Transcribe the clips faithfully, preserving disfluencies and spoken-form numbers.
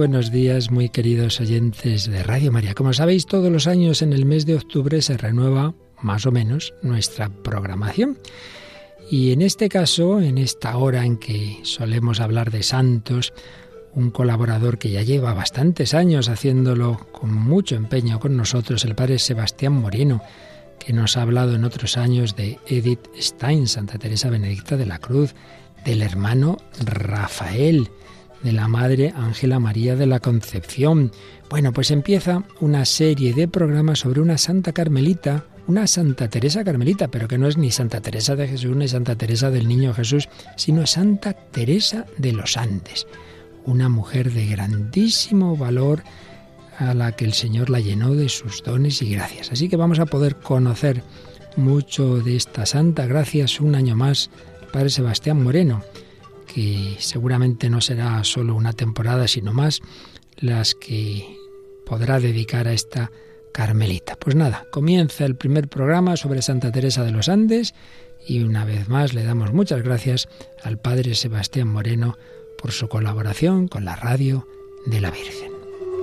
buenos días, muy queridos oyentes de Radio María. Como sabéis, todos los años en el mes de octubre se renueva más o menos nuestra programación. Y en este caso, en esta hora en que solemos hablar de santos, un colaborador que ya lleva bastantes años haciéndolo con mucho empeño con nosotros, el padre Sebastián Moreno, que nos ha hablado en otros años de Edith Stein, Santa Teresa Benedicta de la Cruz, del hermano Rafael, de la Madre Ángela María de la Concepción. Bueno, pues empieza una serie de programas sobre una santa carmelita, una Santa Teresa carmelita, pero que no es ni Santa Teresa de Jesús ni Santa Teresa del Niño Jesús, sino Santa Teresa de los Andes, una mujer de grandísimo valor a la que el Señor la llenó de sus dones y gracias. Así que vamos a poder conocer mucho de esta santa gracias un año más al Padre Sebastián Moreno, que seguramente no será solo una temporada, sino más las que podrá dedicar a esta carmelita. Pues nada, comienza el primer programa sobre Santa Teresa de los Andes y una vez más le damos muchas gracias al Padre Sebastián Moreno por su colaboración con la Radio de la Virgen.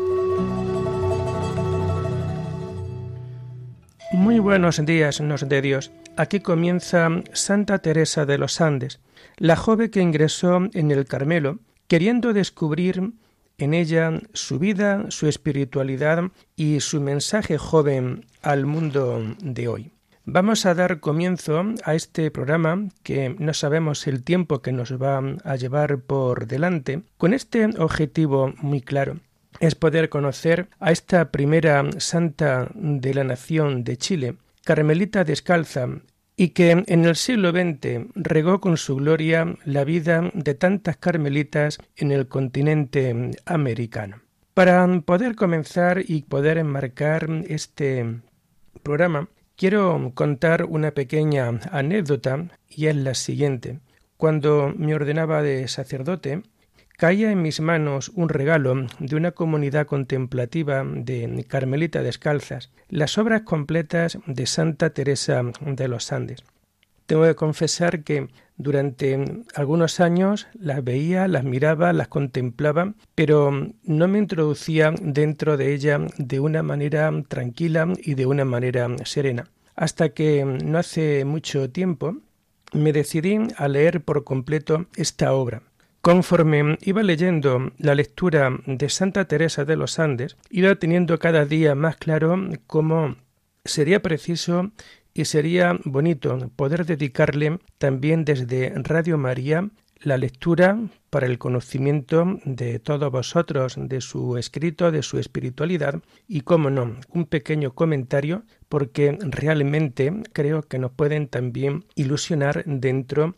Muy buenos días, nos de Dios. Aquí comienza Santa Teresa de los Andes, la joven que ingresó en el Carmelo, queriendo descubrir en ella su vida, su espiritualidad y su mensaje joven al mundo de hoy. Vamos a dar comienzo a este programa, que no sabemos el tiempo que nos va a llevar por delante, con este objetivo muy claro. Es poder conocer a esta primera santa de la nación de Chile, carmelita descalza, y que en el siglo veinte regó con su gloria la vida de tantas carmelitas en el continente americano. Para poder comenzar y poder enmarcar este programa, quiero contar una pequeña anécdota, y es la siguiente. Cuando me ordenaba de sacerdote, caía en mis manos un regalo de una comunidad contemplativa de carmelitas descalzas, las obras completas de Santa Teresa de los Andes. Tengo que confesar que durante algunos años las veía, las miraba, las contemplaba, pero no me introducía dentro de ella de una manera tranquila y de una manera serena. Hasta que no hace mucho tiempo me decidí a leer por completo esta obra. Conforme iba leyendo la lectura de Santa Teresa de los Andes, iba teniendo cada día más claro cómo sería preciso y sería bonito poder dedicarle también desde Radio María la lectura para el conocimiento de todos vosotros de su escrito, de su espiritualidad y, cómo no, un pequeño comentario porque realmente creo que nos pueden también ilusionar dentro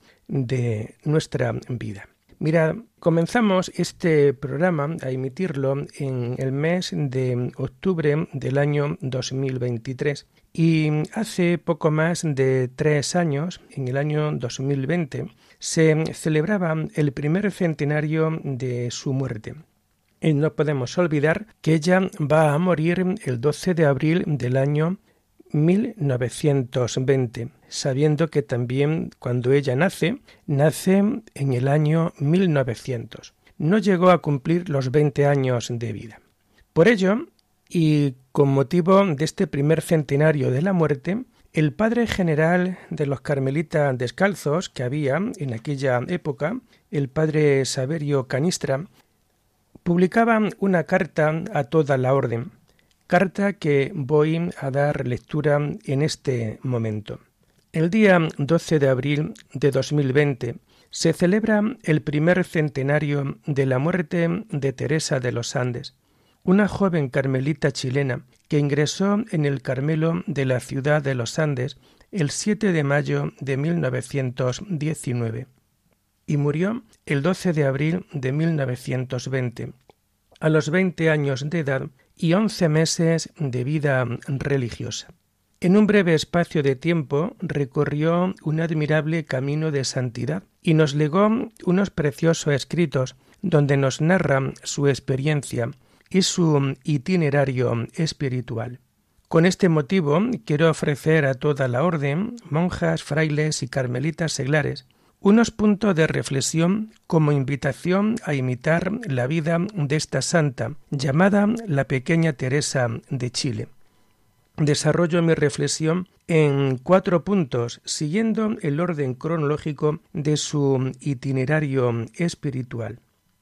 de nuestra vida. Mirad, comenzamos este programa a emitirlo en el mes de octubre del año dos mil veintitrés y hace poco más de tres años, en el año dos mil veinte, se celebraba el primer centenario de su muerte. Y no podemos olvidar que ella va a morir el doce de abril del año mil novecientos veinte, sabiendo que también cuando ella nace, nace en el año mil novecientos. No llegó a cumplir los veinte años de vida. Por ello, y con motivo de este primer centenario de la muerte, el padre general de los carmelitas descalzos que había en aquella época, el padre Saverio Canistra, publicaba una carta a toda la orden, carta que voy a dar lectura en este momento. El día doce de abril de dos mil veinte se celebra el primer centenario de la muerte de Teresa de los Andes, una joven carmelita chilena que ingresó en el Carmelo de la ciudad de los Andes el siete de mayo de mil novecientos diecinueve y murió el doce de abril de mil novecientos veinte, a los veinte años de edad y once meses de vida religiosa. En un breve espacio de tiempo recorrió un admirable camino de santidad y nos legó unos preciosos escritos donde nos narra su experiencia y su itinerario espiritual. Con este motivo quiero ofrecer a toda la orden, monjas, frailes y carmelitas seglares, unos puntos de reflexión como invitación a imitar la vida de esta santa, llamada la Pequeña Teresa de Chile. Desarrollo mi reflexión en cuatro puntos, siguiendo el orden cronológico de su itinerario espiritual.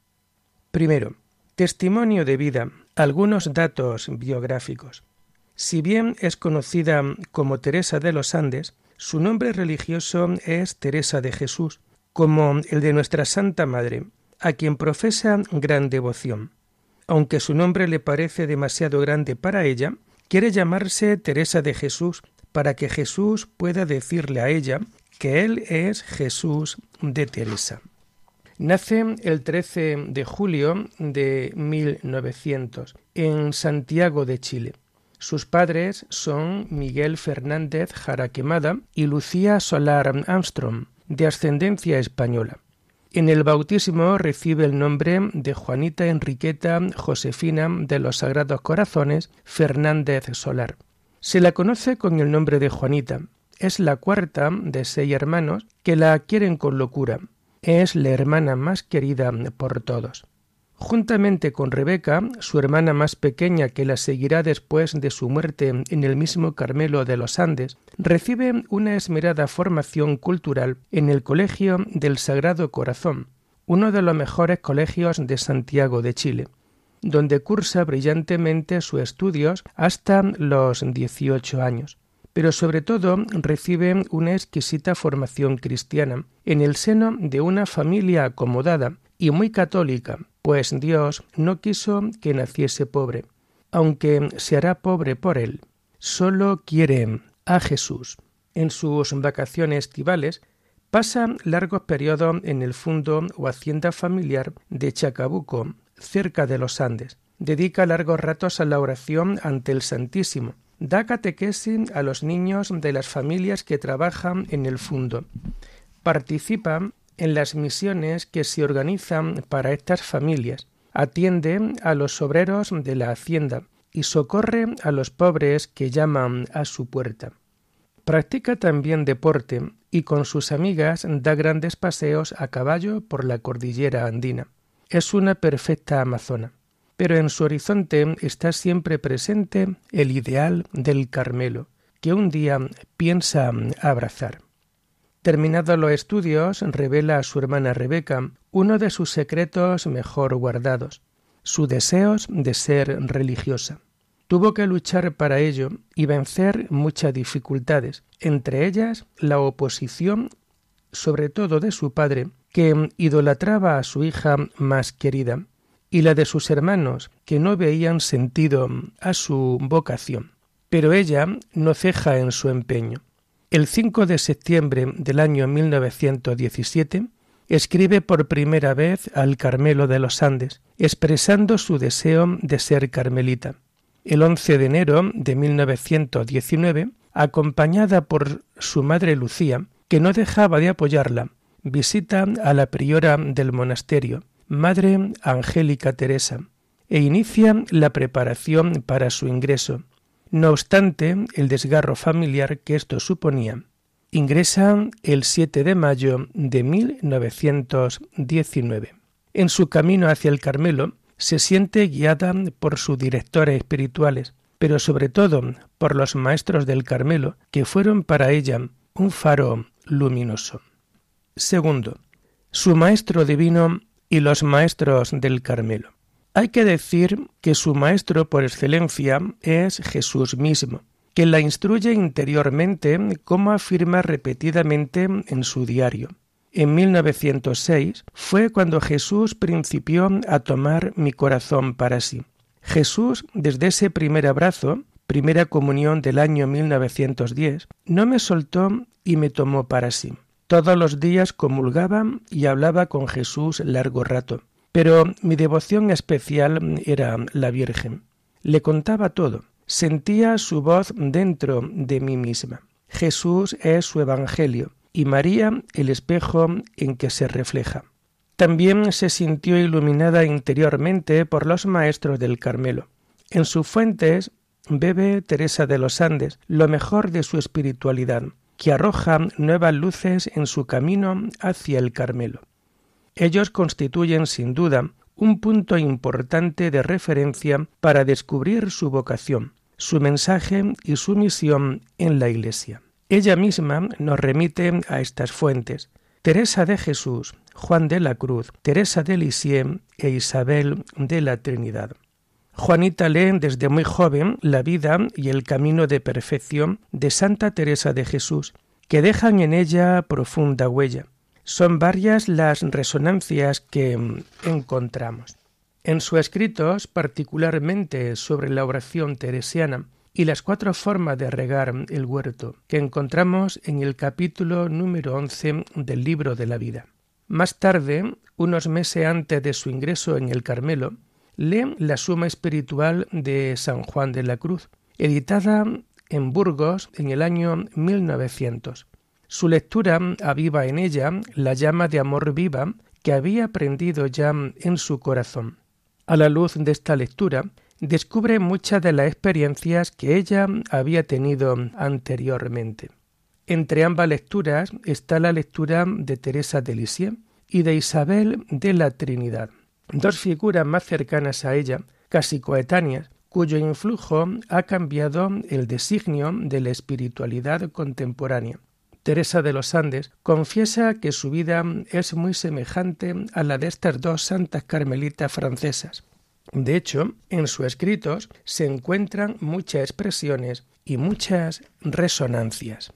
Primero, testimonio de vida, algunos datos biográficos. Si bien es conocida como Teresa de los Andes, su nombre religioso es Teresa de Jesús, como el de nuestra Santa Madre, a quien profesa gran devoción. Aunque su nombre le parece demasiado grande para ella, quiere llamarse Teresa de Jesús para que Jesús pueda decirle a ella que Él es Jesús de Teresa. Nace el trece de julio de mil novecientos en Santiago de Chile. Sus padres son Miguel Fernández Jaraquemada y Lucía Solar Armstrong, de ascendencia española. En el bautismo recibe el nombre de Juanita Enriqueta Josefina de los Sagrados Corazones Fernández Solar. Se la conoce con el nombre de Juanita. Es la cuarta de seis hermanos que la quieren con locura. Es la hermana más querida por todos. Juntamente con Rebeca, su hermana más pequeña que la seguirá después de su muerte en el mismo Carmelo de los Andes, recibe una esmerada formación cultural en el Colegio del Sagrado Corazón, uno de los mejores colegios de Santiago de Chile, donde cursa brillantemente sus estudios hasta los dieciocho años. Pero sobre todo recibe una exquisita formación cristiana en el seno de una familia acomodada y muy católica, pues Dios no quiso que naciese pobre, aunque se hará pobre por él. Solo quiere a Jesús. En sus vacaciones estivales pasa largos periodos en el fundo o hacienda familiar de Chacabuco, cerca de los Andes. Dedica largos ratos a la oración ante el Santísimo. Da catequesis a los niños de las familias que trabajan en el fundo. Participa en las misiones que se organizan para estas familias, atiende a los obreros de la hacienda y socorre a los pobres que llaman a su puerta. Practica también deporte y con sus amigas da grandes paseos a caballo por la cordillera andina. Es una perfecta amazona, pero en su horizonte está siempre presente el ideal del Carmelo, que un día piensa abrazar. Terminados los estudios, revela a su hermana Rebeca uno de sus secretos mejor guardados, su deseo de ser religiosa. Tuvo que luchar para ello y vencer muchas dificultades, entre ellas la oposición, sobre todo de su padre, que idolatraba a su hija más querida, y la de sus hermanos, que no veían sentido a su vocación. Pero ella no ceja en su empeño. El cinco de septiembre del año mil novecientos diecisiete escribe por primera vez al Carmelo de los Andes, expresando su deseo de ser carmelita. El once de enero de mil novecientos diecinueve, acompañada por su madre Lucía, que no dejaba de apoyarla, visita a la priora del monasterio, Madre Angélica Teresa, e inicia la preparación para su ingreso. No obstante el desgarro familiar que esto suponía, ingresa el siete de mayo de mil novecientos diecinueve. En su camino hacia el Carmelo se siente guiada por sus directores espirituales, pero sobre todo por los maestros del Carmelo, que fueron para ella un faro luminoso. Segundo, su maestro divino y los maestros del Carmelo. Hay que decir que su maestro por excelencia es Jesús mismo, que la instruye interiormente, como afirma repetidamente en su diario. En mil novecientos seis fue cuando Jesús principió a tomar mi corazón para sí. Jesús, desde ese primer abrazo, primera comunión del año mil novecientos diez, no me soltó y me tomó para sí. Todos los días comulgaba y hablaba con Jesús largo rato. Pero mi devoción especial era la Virgen. Le contaba todo. Sentía su voz dentro de mí misma. Jesús es su Evangelio y María el espejo en que se refleja. También se sintió iluminada interiormente por los maestros del Carmelo. En sus fuentes bebe Teresa de los Andes lo mejor de su espiritualidad, que arroja nuevas luces en su camino hacia el Carmelo. Ellos constituyen sin duda un punto importante de referencia para descubrir su vocación, su mensaje y su misión en la Iglesia. Ella misma nos remite a estas fuentes: Teresa de Jesús, Juan de la Cruz, Teresa de Lisieux e Isabel de la Trinidad. Juanita lee desde muy joven la vida y el camino de perfección de Santa Teresa de Jesús, que dejan en ella profunda huella. Son varias las resonancias que encontramos. En sus escritos, particularmente sobre la oración teresiana y las cuatro formas de regar el huerto, que encontramos en el capítulo número once del Libro de la Vida. Más tarde, unos meses antes de su ingreso en el Carmelo, lee la Suma Espiritual de San Juan de la Cruz, editada en Burgos en el año mil novecientos. Su lectura aviva en ella la llama de amor viva que había prendido ya en su corazón. A la luz de esta lectura, descubre muchas de las experiencias que ella había tenido anteriormente. Entre ambas lecturas está la lectura de Teresa de Lisieux y de Isabel de la Trinidad, dos figuras más cercanas a ella, casi coetáneas, cuyo influjo ha cambiado el designio de la espiritualidad contemporánea. Teresa de los Andes confiesa que su vida es muy semejante a la de estas dos santas carmelitas francesas. De hecho, en sus escritos se encuentran muchas expresiones y muchas resonancias.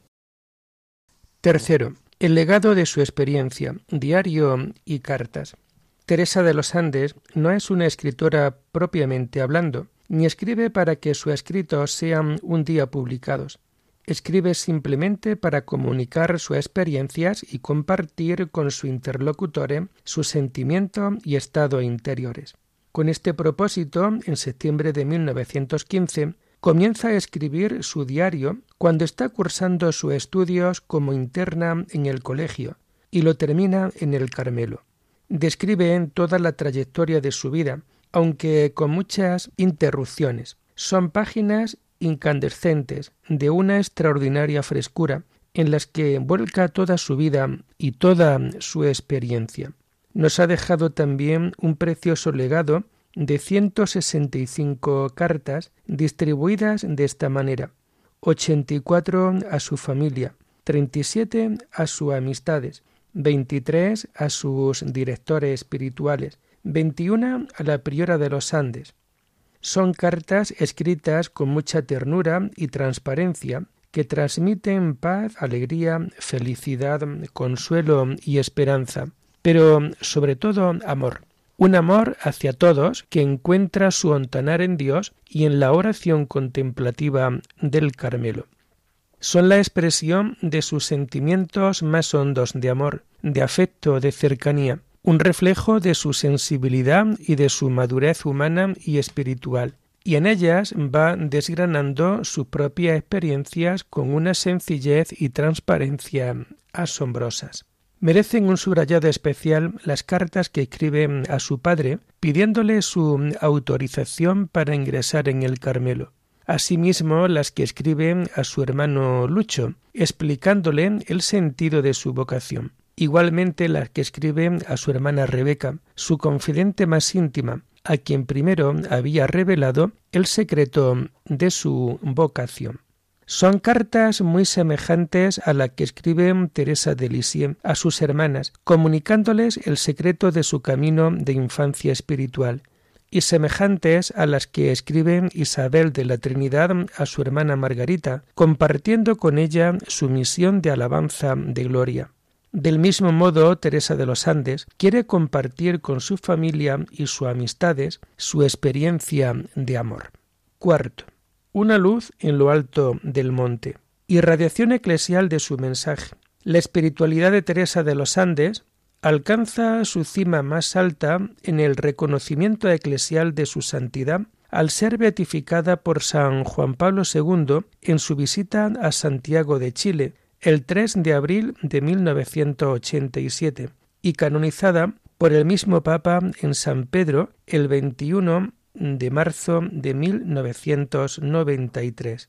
Tercero, el legado de su experiencia, diario y cartas. Teresa de los Andes no es una escritora propiamente hablando, ni escribe para que sus escritos sean un día publicados. Escribe simplemente para comunicar sus experiencias y compartir con su interlocutor sus sentimientos y estados interiores. Con este propósito, en septiembre de mil novecientos quince, comienza a escribir su diario cuando está cursando sus estudios como interna en el colegio y lo termina en el Carmelo. Describe en toda la trayectoria de su vida, aunque con muchas interrupciones. Son páginas incandescentes, de una extraordinaria frescura, en las que vuelca toda su vida y toda su experiencia. Nos ha dejado también un precioso legado de ciento sesenta y cinco cartas distribuidas de esta manera: ochenta y cuatro a su familia, treinta y siete a sus amistades, veintitrés a sus directores espirituales, veintiuno a la priora de los Andes. Son cartas escritas con mucha ternura y transparencia que transmiten paz, alegría, felicidad, consuelo y esperanza, pero sobre todo amor. Un amor hacia todos que encuentra su hontanar en Dios y en la oración contemplativa del Carmelo. Son la expresión de sus sentimientos más hondos de amor, de afecto, de cercanía, un reflejo de su sensibilidad y de su madurez humana y espiritual, y en ellas va desgranando sus propias experiencias con una sencillez y transparencia asombrosas. Merecen un subrayado especial las cartas que escribe a su padre pidiéndole su autorización para ingresar en el Carmelo. Asimismo, las que escribe a su hermano Lucho, explicándole el sentido de su vocación. Igualmente las que escribe a su hermana Rebeca, su confidente más íntima, a quien primero había revelado el secreto de su vocación. Son cartas muy semejantes a la que escribe Teresa de Lisieux a sus hermanas, comunicándoles el secreto de su camino de infancia espiritual, y semejantes a las que escribe Isabel de la Trinidad a su hermana Margarita, compartiendo con ella su misión de alabanza de gloria. Del mismo modo, Teresa de los Andes quiere compartir con su familia y sus amistades su experiencia de amor. Cuarto, una luz en lo alto del monte. Irradiación eclesial de su mensaje. La espiritualidad de Teresa de los Andes alcanza su cima más alta en el reconocimiento eclesial de su santidad al ser beatificada por San Juan Pablo segundo en su visita a Santiago de Chile, el tres de abril de mil novecientos ochenta y siete, y canonizada por el mismo Papa en San Pedro el veintiuno de marzo de mil novecientos noventa y tres.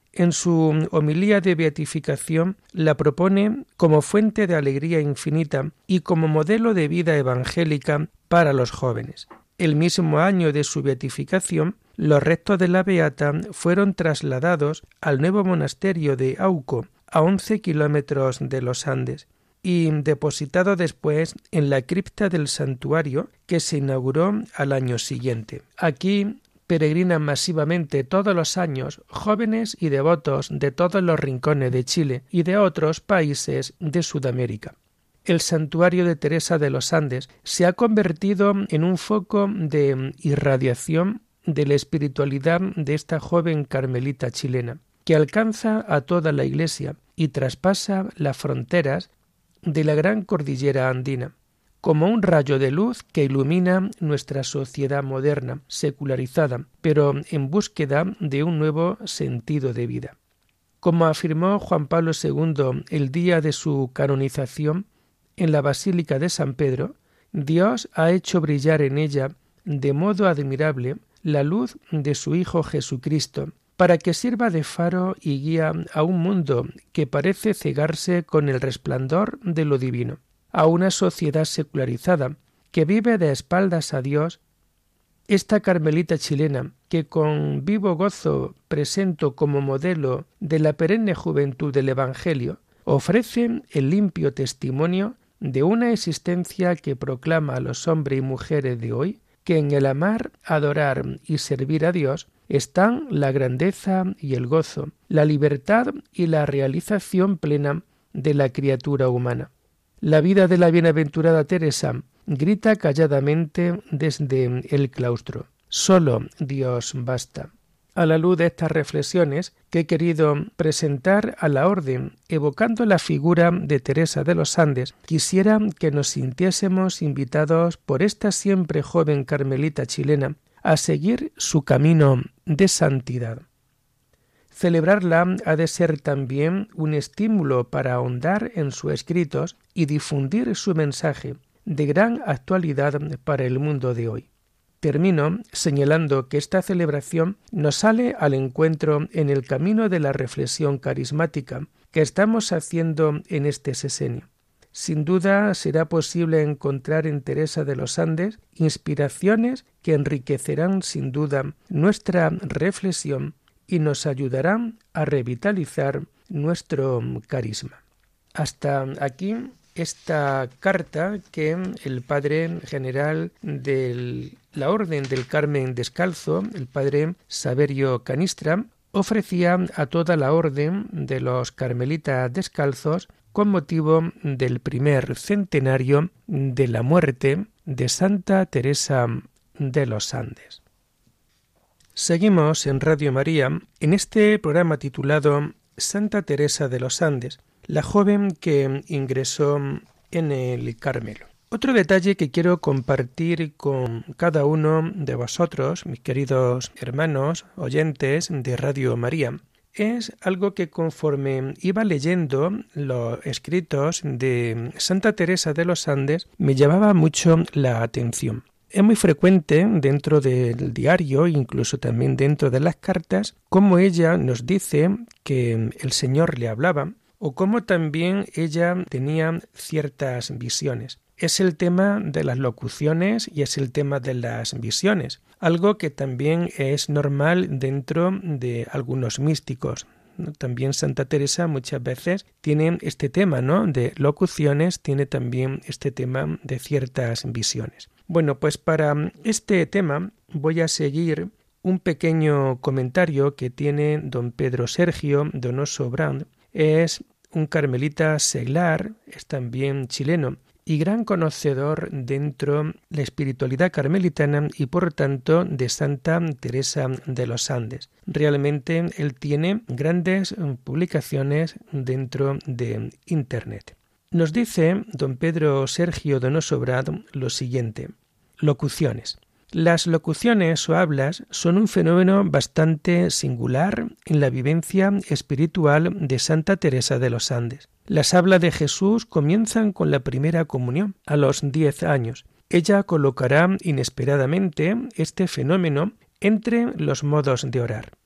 En su homilía de beatificación la propone como fuente de alegría infinita y como modelo de vida evangélica para los jóvenes. El mismo año de su beatificación, los restos de la beata fueron trasladados al nuevo monasterio de Auco, a once kilómetros de los Andes, y depositado después en la cripta del santuario que se inauguró al año siguiente. Aquí peregrinan masivamente todos los años jóvenes y devotos de todos los rincones de Chile y de otros países de Sudamérica. El santuario de Teresa de los Andes se ha convertido en un foco de irradiación de la espiritualidad de esta joven carmelita chilena, que alcanza a toda la Iglesia y traspasa las fronteras de la gran cordillera andina, como un rayo de luz que ilumina nuestra sociedad moderna, secularizada, pero en búsqueda de un nuevo sentido de vida. Como afirmó Juan Pablo segundo el día de su canonización en la Basílica de San Pedro, Dios ha hecho brillar en ella de modo admirable la luz de su Hijo Jesucristo, para que sirva de faro y guía a un mundo que parece cegarse con el resplandor de lo divino, a una sociedad secularizada que vive de espaldas a Dios. Esta carmelita chilena, que con vivo gozo presento como modelo de la perenne juventud del Evangelio, ofrece el limpio testimonio de una existencia que proclama a los hombres y mujeres de hoy que en el amar, adorar y servir a Dios están la grandeza y el gozo, la libertad y la realización plena de la criatura humana. La vida de la bienaventurada Teresa grita calladamente desde el claustro: solo Dios basta. A la luz de estas reflexiones que he querido presentar a la orden, evocando la figura de Teresa de los Andes, quisiera que nos sintiésemos invitados por esta siempre joven carmelita chilena a seguir su camino de santidad. Celebrarla ha de ser también un estímulo para ahondar en sus escritos y difundir su mensaje de gran actualidad para el mundo de hoy. Termino señalando que esta celebración nos sale al encuentro en el camino de la reflexión carismática que estamos haciendo en este sesenio. Sin duda será posible encontrar en Teresa de los Andes inspiraciones que enriquecerán sin duda nuestra reflexión y nos ayudarán a revitalizar nuestro carisma. Hasta aquí esta carta que el padre general de la Orden del Carmen Descalzo, el padre Saverio Canistra, ofrecía a toda la orden de los carmelitas descalzos con motivo del primer centenario de la muerte de Santa Teresa de los Andes. Seguimos en Radio María en este programa titulado Santa Teresa de los Andes, la joven que ingresó en el Carmelo. Otro detalle que quiero compartir con cada uno de vosotros, mis queridos hermanos, oyentes de Radio María, es algo que conforme iba leyendo los escritos de Santa Teresa de los Andes me llamaba mucho la atención. Es muy frecuente dentro del diario, incluso también dentro de las cartas, cómo ella nos dice que el Señor le hablaba o cómo también ella tenía ciertas visiones. Es el tema de las locuciones y es el tema de las visiones, algo que también es normal dentro de algunos místicos. También Santa Teresa muchas veces tiene este tema, ¿no?, de locuciones, tiene también este tema de ciertas visiones. Bueno, pues para este tema voy a seguir un pequeño comentario que tiene don Pedro Sergio Donoso Brand. Es un carmelita seglar, es también chileno y gran conocedor dentro de la espiritualidad carmelitana y por tanto de Santa Teresa de los Andes. Realmente él tiene grandes publicaciones dentro de Internet. Nos dice don Pedro Sergio Donoso Brand lo siguiente: locuciones. Las locuciones o hablas son un fenómeno bastante singular en la vivencia espiritual de Santa Teresa de los Andes. Las hablas de Jesús comienzan con la primera comunión, a los diez años. Ella colocará inesperadamente este fenómeno entre los modos de orar.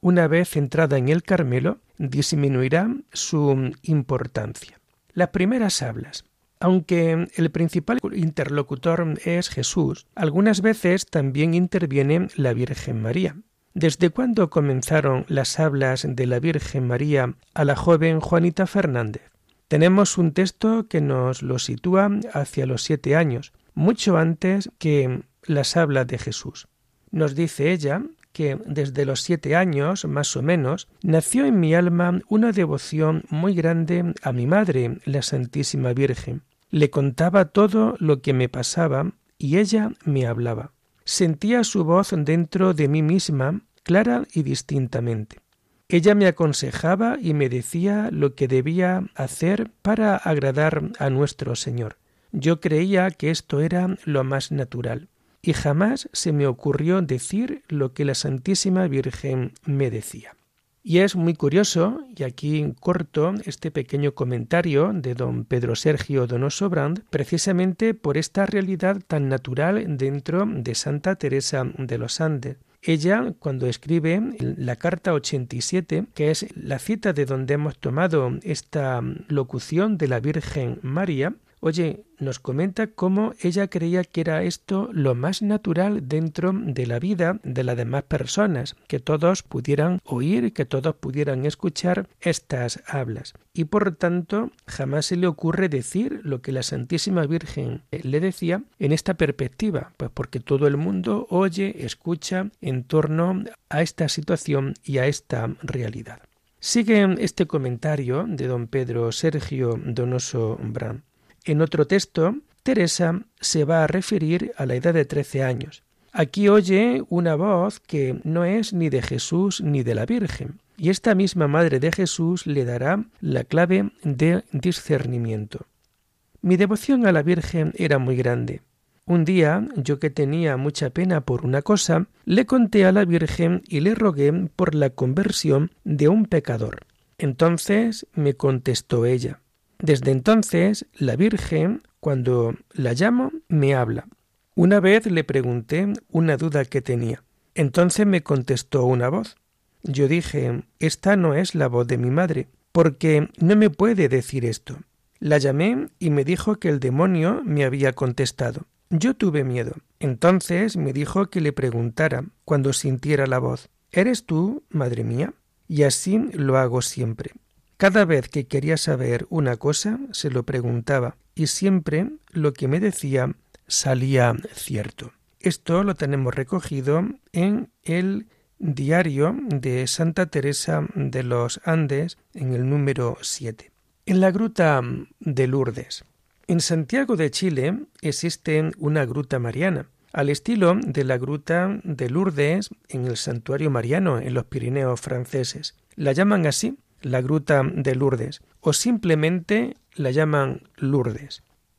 una vez entrada en el Carmelo, disminuirá su importancia. Las primeras hablas. Aunque el principal interlocutor es Jesús, algunas veces también interviene la Virgen María. ¿Desde cuándo comenzaron las hablas de la Virgen María a la joven Juanita Fernández? Tenemos un texto que nos lo sitúa hacia los siete años, mucho antes que las hablas de Jesús. Nos dice ella que desde los siete años, más o menos, nació en mi alma una devoción muy grande a mi madre, la Santísima Virgen. Le contaba todo lo que me pasaba y ella me hablaba. Sentía su voz dentro de mí misma, clara y distintamente. Ella me aconsejaba y me decía lo que debía hacer para agradar a nuestro Señor. Yo creía que esto era lo más natural. Y jamás se me ocurrió decir lo que la Santísima Virgen me decía. Y es muy curioso, y aquí corto este pequeño comentario de don Pedro Sergio Donoso Brand, precisamente por esta realidad tan natural dentro de Santa Teresa de los Andes. Ella, cuando escribe la carta ochenta y siete, que es la cita de donde hemos tomado esta locución de la Virgen María, oye, nos comenta cómo ella creía que era esto lo más natural dentro de la vida de las demás personas, que todos pudieran oír, que todos pudieran escuchar estas hablas. Y por tanto, jamás se le ocurre decir lo que la Santísima Virgen le decía en esta perspectiva, pues porque todo el mundo oye, escucha en torno a esta situación y a esta realidad. Sigue este comentario de don Pedro Sergio Donoso Brand. En otro texto, Teresa se va a referir a la edad de trece años. Aquí oye una voz que no es ni de Jesús ni de la Virgen, y esta misma Madre de Jesús le dará la clave de discernimiento. Mi devoción a la Virgen era muy grande. Un día, yo que tenía mucha pena por una cosa, le conté a la Virgen y le rogué por la conversión de un pecador. Entonces me contestó ella. Desde entonces, la Virgen, cuando la llamo, me habla. Una vez le pregunté una duda que tenía. Entonces me contestó una voz. Yo dije, esta no es la voz de mi madre, porque no me puede decir esto. La llamé y me dijo que el demonio me había contestado. Yo tuve miedo. Entonces me dijo que le preguntara, cuando sintiera la voz, ¿eres tú, madre mía? Y así lo hago siempre. Cada vez que quería saber una cosa, se lo preguntaba, y siempre lo que me decía salía cierto. Esto lo tenemos recogido en el diario de Santa Teresa de los Andes, en el número siete. En la gruta de Lourdes. En Santiago de Chile existe una gruta mariana, al estilo de la gruta de Lourdes en el santuario mariano en los Pirineos franceses. La llaman así, la gruta de Lourdes, o simplemente la llaman Lourdes.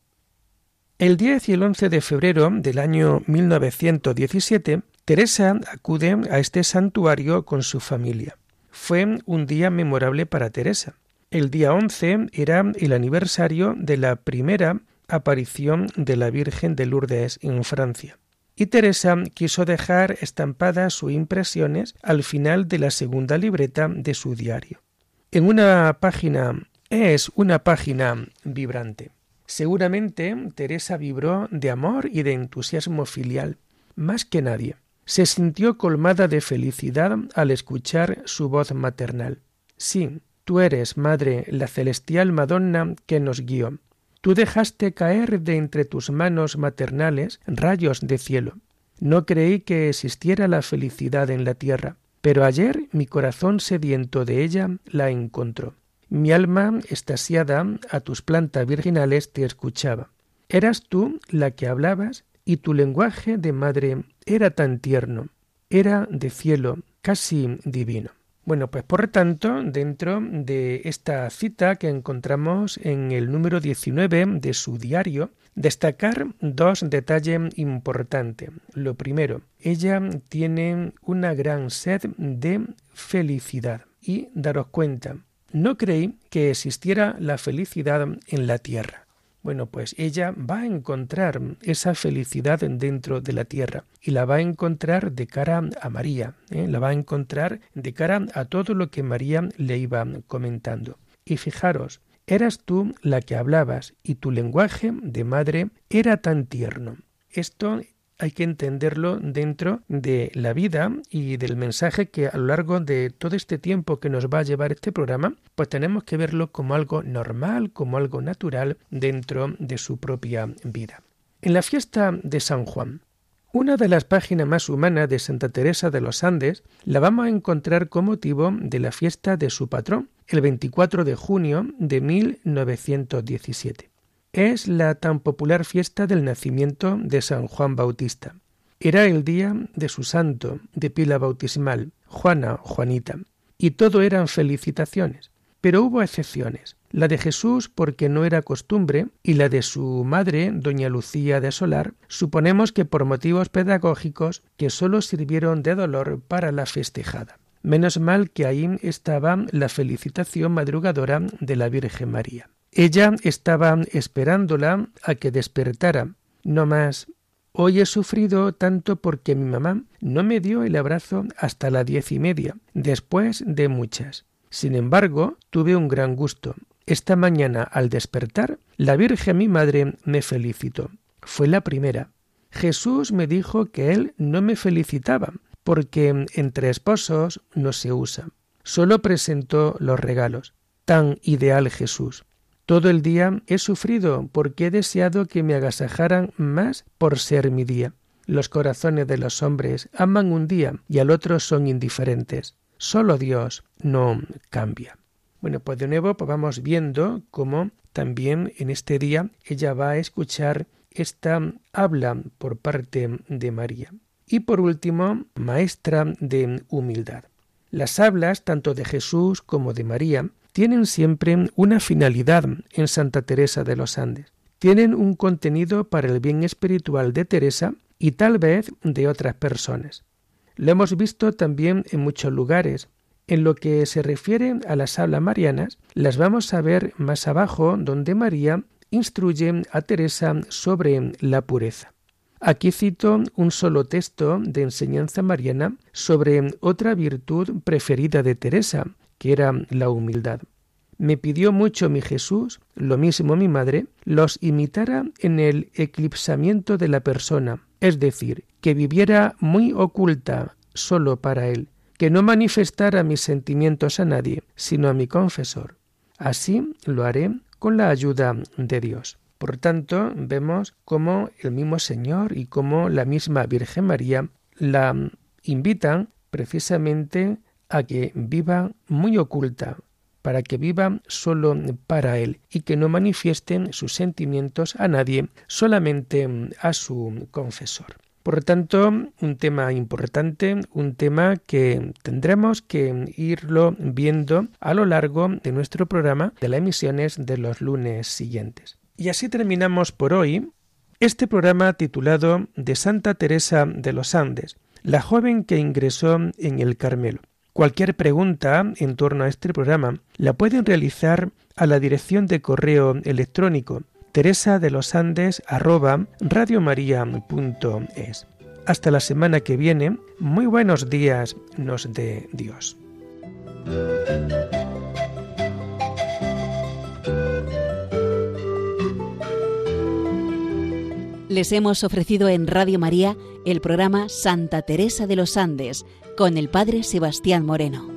El diez y el once de febrero del año mil novecientos diecisiete, Teresa acude a este santuario con su familia. Fue un día memorable para Teresa. El día once era el aniversario de la primera aparición de la Virgen de Lourdes en Francia. Y Teresa quiso dejar estampadas sus impresiones al final de la segunda libreta de su diario. En una página, es una página vibrante. Seguramente Teresa vibró de amor y de entusiasmo filial, más que nadie. Se sintió colmada de felicidad al escuchar su voz maternal. Sí, tú eres, Madre, la celestial Madonna que nos guió. Tú dejaste caer de entre tus manos maternales rayos de cielo. No creí que existiera la felicidad en la tierra, pero ayer mi corazón sediento de ella la encontró. Mi alma, extasiada a tus plantas virginales, te escuchaba. Eras tú la que hablabas y tu lenguaje de madre era tan tierno, era de cielo, casi divino. Bueno, pues por tanto, dentro de esta cita que encontramos en el número diecinueve de su diario, destacar dos detalles importantes. Lo primero, ella tiene una gran sed de felicidad. Y daros cuenta, no creí que existiera la felicidad en la tierra. Bueno, pues ella va a encontrar esa felicidad dentro de la tierra y la va a encontrar de cara a María, ¿eh? La va a encontrar de cara a todo lo que María le iba comentando. Y fijaros, eras tú la que hablabas y tu lenguaje de madre era tan tierno. Esto hay que entenderlo dentro de la vida y del mensaje que a lo largo de todo este tiempo que nos va a llevar este programa, pues tenemos que verlo como algo normal, como algo natural dentro de su propia vida. En la fiesta de San Juan, una de las páginas más humanas de Santa Teresa de los Andes la vamos a encontrar con motivo de la fiesta de su patrón, el veinticuatro de junio de mil novecientos diecisiete. Es la tan popular fiesta del nacimiento de San Juan Bautista. Era el día de su santo, de pila bautismal, Juana, Juanita, y todo eran felicitaciones. Pero hubo excepciones, la de Jesús porque no era costumbre, y la de su madre, doña Lucía de Solar, suponemos que por motivos pedagógicos que sólo sirvieron de dolor para la festejada. Menos mal que ahí estaba la felicitación madrugadora de la Virgen María. Ella estaba esperándola a que despertara. No más. Hoy he sufrido tanto porque mi mamá no me dio el abrazo hasta las diez y media, después de muchas. Sin embargo, tuve un gran gusto. Esta mañana, al despertar, la Virgen mi madre me felicitó. Fue la primera. Jesús me dijo que él no me felicitaba, porque entre esposos no se usa. Solo presentó los regalos. Tan ideal Jesús. Todo el día he sufrido porque he deseado que me agasajaran más por ser mi día. Los corazones de los hombres aman un día y al otro son indiferentes. Solo Dios no cambia. Bueno, pues de nuevo pues vamos viendo cómo también en este día ella va a escuchar esta habla por parte de María. Y por último, maestra de humildad. Las hablas tanto de Jesús como de María tienen siempre una finalidad en Santa Teresa de los Andes. Tienen un contenido para el bien espiritual de Teresa y tal vez de otras personas. Lo hemos visto también en muchos lugares. En lo que se refiere a las hablas marianas, las vamos a ver más abajo, donde María instruye a Teresa sobre la pureza. Aquí cito un solo texto de enseñanza mariana sobre otra virtud preferida de Teresa, que era la humildad. Me pidió mucho mi Jesús, lo mismo mi madre, los imitara en el eclipsamiento de la persona, es decir, que viviera muy oculta solo para él, que no manifestara mis sentimientos a nadie, sino a mi confesor. Así lo haré con la ayuda de Dios. Por tanto, vemos cómo el mismo Señor y cómo la misma Virgen María la invitan precisamente a que viva muy oculta, para que viva solo para Él y que no manifiesten sus sentimientos a nadie, solamente a su confesor. Por lo tanto, un tema importante, un tema que tendremos que irlo viendo a lo largo de nuestro programa de las emisiones de los lunes siguientes. Y así terminamos por hoy este programa titulado De Santa Teresa de los Andes, la joven que ingresó en el Carmelo. Cualquier pregunta en torno a este programa la pueden realizar a la dirección de correo electrónico teresadelosandes arroba radiomaria punto es. Hasta la semana que viene, muy buenos días nos dé Dios. Les hemos ofrecido en Radio María el programa Santa Teresa de los Andes con el Padre Sebastián Moreno.